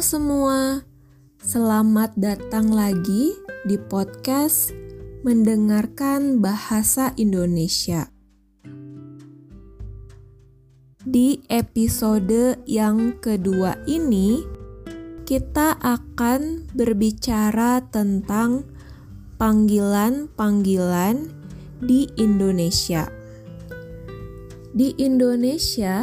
semua, selamat datang lagi di podcast Mendengarkan Bahasa Indonesia. Di episode yang kedua ini, kita akan berbicara tentang panggilan-panggilan di Indonesia. Di Indonesia,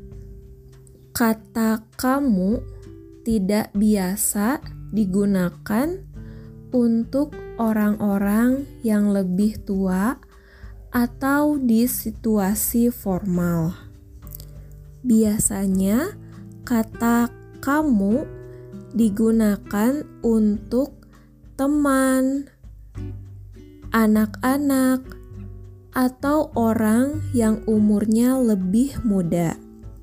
kata kamu tidak biasa digunakan untuk orang-orang yang lebih tua atau di situasi formal. Biasanya, kata kamu digunakan untuk teman, anak-anak, atau orang yang umurnya lebih muda.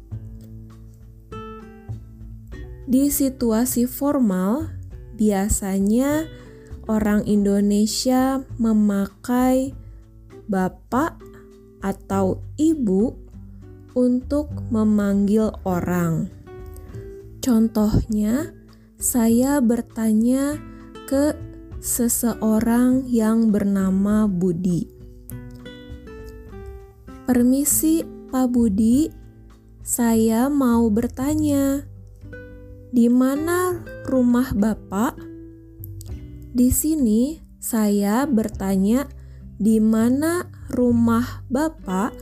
Di situasi formal, biasanya orang Indonesia memakai bapak atau ibu untuk memanggil orang. Contohnya, saya bertanya ke seseorang yang bernama Budi. "Permisi, Pak Budi, saya mau bertanya. Di mana rumah Bapak?" Di sini saya bertanya, "Di mana rumah Bapak?"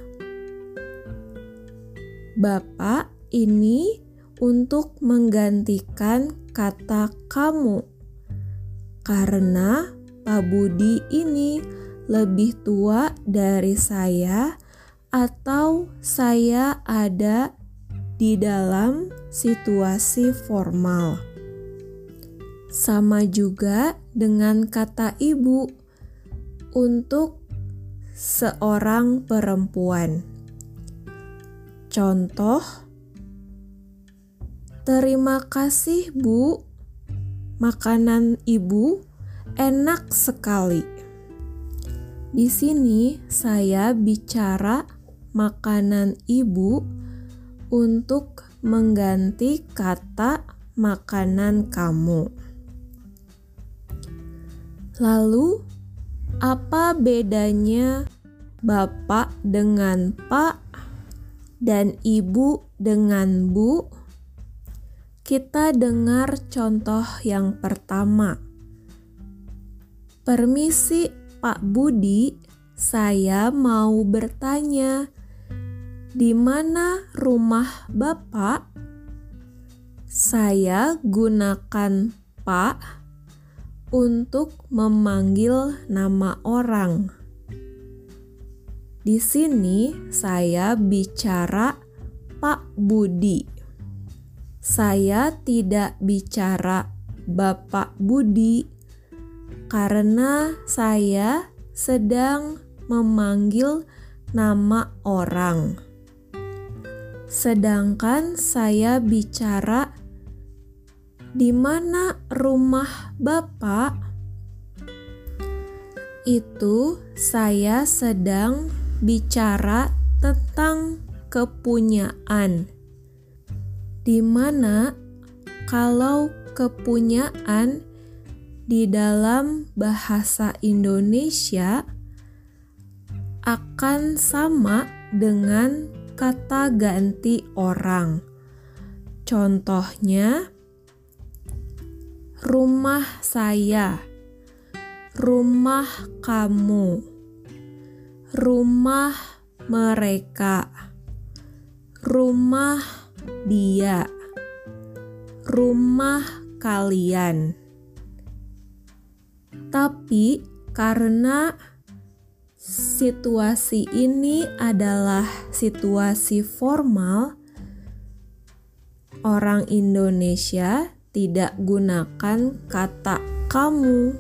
Bapak ini untuk menggantikan kata kamu. Karena Pak Budi ini lebih tua dari saya atau saya ada di dalam situasi formal. Sama juga dengan kata ibu untuk seorang perempuan. Contoh, "Terima kasih, Bu. Makanan Ibu enak sekali." Di sini saya bicara makanan Ibu untuk mengganti kata makanan kamu. Lalu, apa bedanya Bapak dengan Pak dan Ibu dengan Bu? Kita dengar contoh yang pertama. "Permisi, Pak Budi, saya mau bertanya. Di mana rumah Bapak?" Saya gunakan Pak untuk memanggil nama orang. Di sini saya bicara Pak Budi. Saya tidak bicara Bapak Budi karena saya sedang memanggil nama orang. Sedangkan saya bicara, "Di mana rumah Bapak?" Itu saya sedang bicara tentang kepunyaan. Di mana kalau kepunyaan di dalam bahasa Indonesia akan sama dengan kata ganti orang. Contohnya, rumah saya, rumah kamu, rumah mereka, rumah dia, rumah kalian. Tapi karena situasi ini adalah situasi formal, orang Indonesia tidak gunakan kata kamu.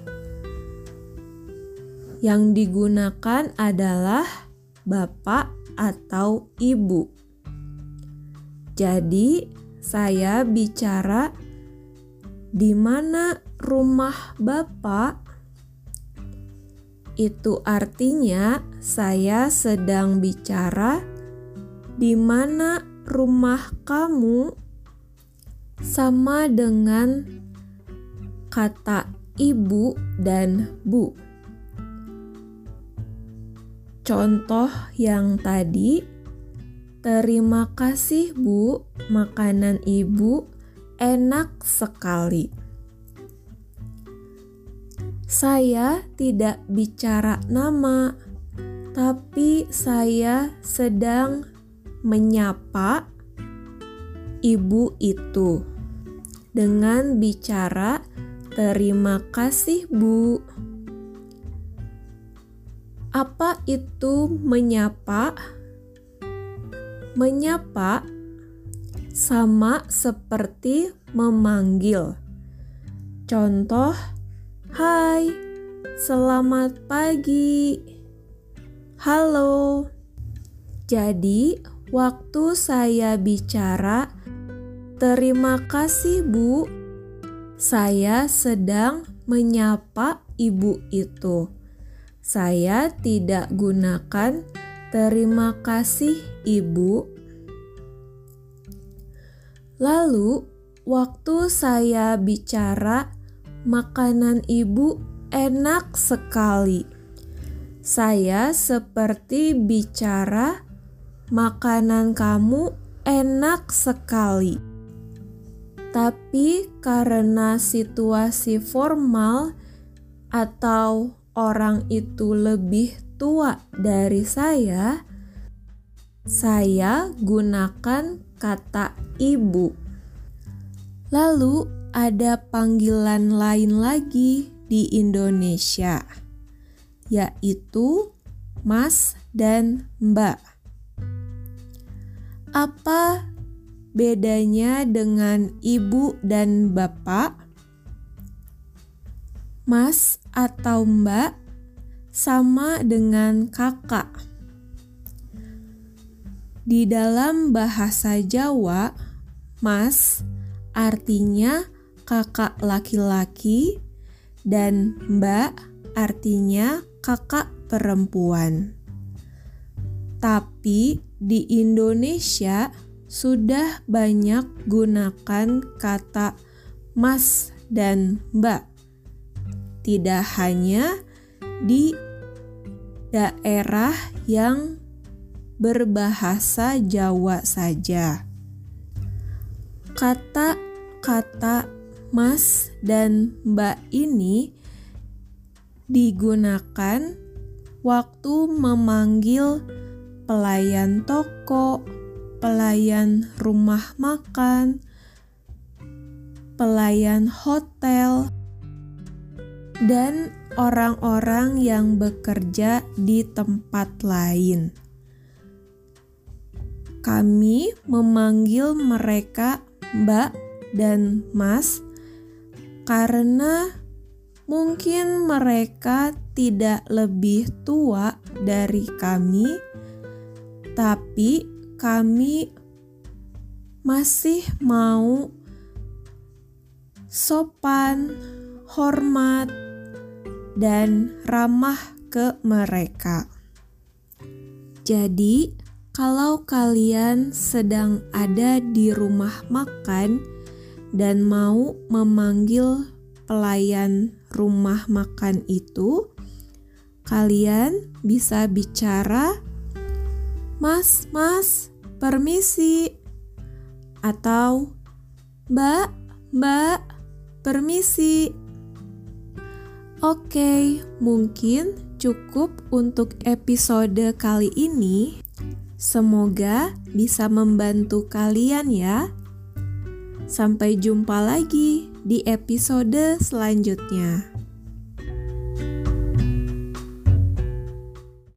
Yang digunakan adalah bapak atau ibu. Jadi, saya bicara, "Di mana rumah Bapak?" Itu artinya saya sedang bicara, "Di mana rumah kamu?" sama dengan kata ibu dan bu. Contoh yang tadi, terima kasih Bu, makanan ibu enak sekali. Saya tidak bicara nama, tapi saya sedang menyapa ibu itu dengan bicara terima kasih Bu. Apa itu menyapa? Menyapa sama seperti memanggil. Contoh, hai, selamat pagi. Halo. Jadi, waktu saya bicara, terima kasih Bu, saya sedang menyapa ibu itu. Saya tidak gunakan terima kasih ibu. Lalu, waktu saya bicara, makanan ibu enak sekali. Saya seperti bicara, makanan kamu enak sekali. Tapi karena situasi formal atau orang itu lebih tua dari saya gunakan kata ibu. Lalu ada panggilan lain lagi di Indonesia, yaitu Mas dan Mbak. Apa bedanya dengan ibu dan bapak? Mas atau Mbak sama dengan kakak. Di dalam bahasa Jawa, Mas artinya kakak laki-laki dan Mbak artinya kakak perempuan. Tapi di Indonesia sudah banyak gunakan kata Mas dan Mbak. Tidak hanya di daerah yang berbahasa Jawa saja. Kata-kata Mas dan Mbak ini digunakan waktu memanggil pelayan toko, pelayan rumah makan, pelayan hotel, dan orang-orang yang bekerja di tempat lain. Kami memanggil mereka Mbak dan Mas karena mungkin mereka tidak lebih tua dari kami, tapi kami masih mau sopan, hormat, dan ramah ke mereka. Jadi, kalau kalian sedang ada di rumah makan dan mau memanggil pelayan rumah makan itu, kalian bisa bicara, Mas, permisi, atau Mbak, permisi. Oke, mungkin cukup untuk episode kali ini. Semoga bisa membantu kalian ya. Sampai jumpa lagi di episode selanjutnya.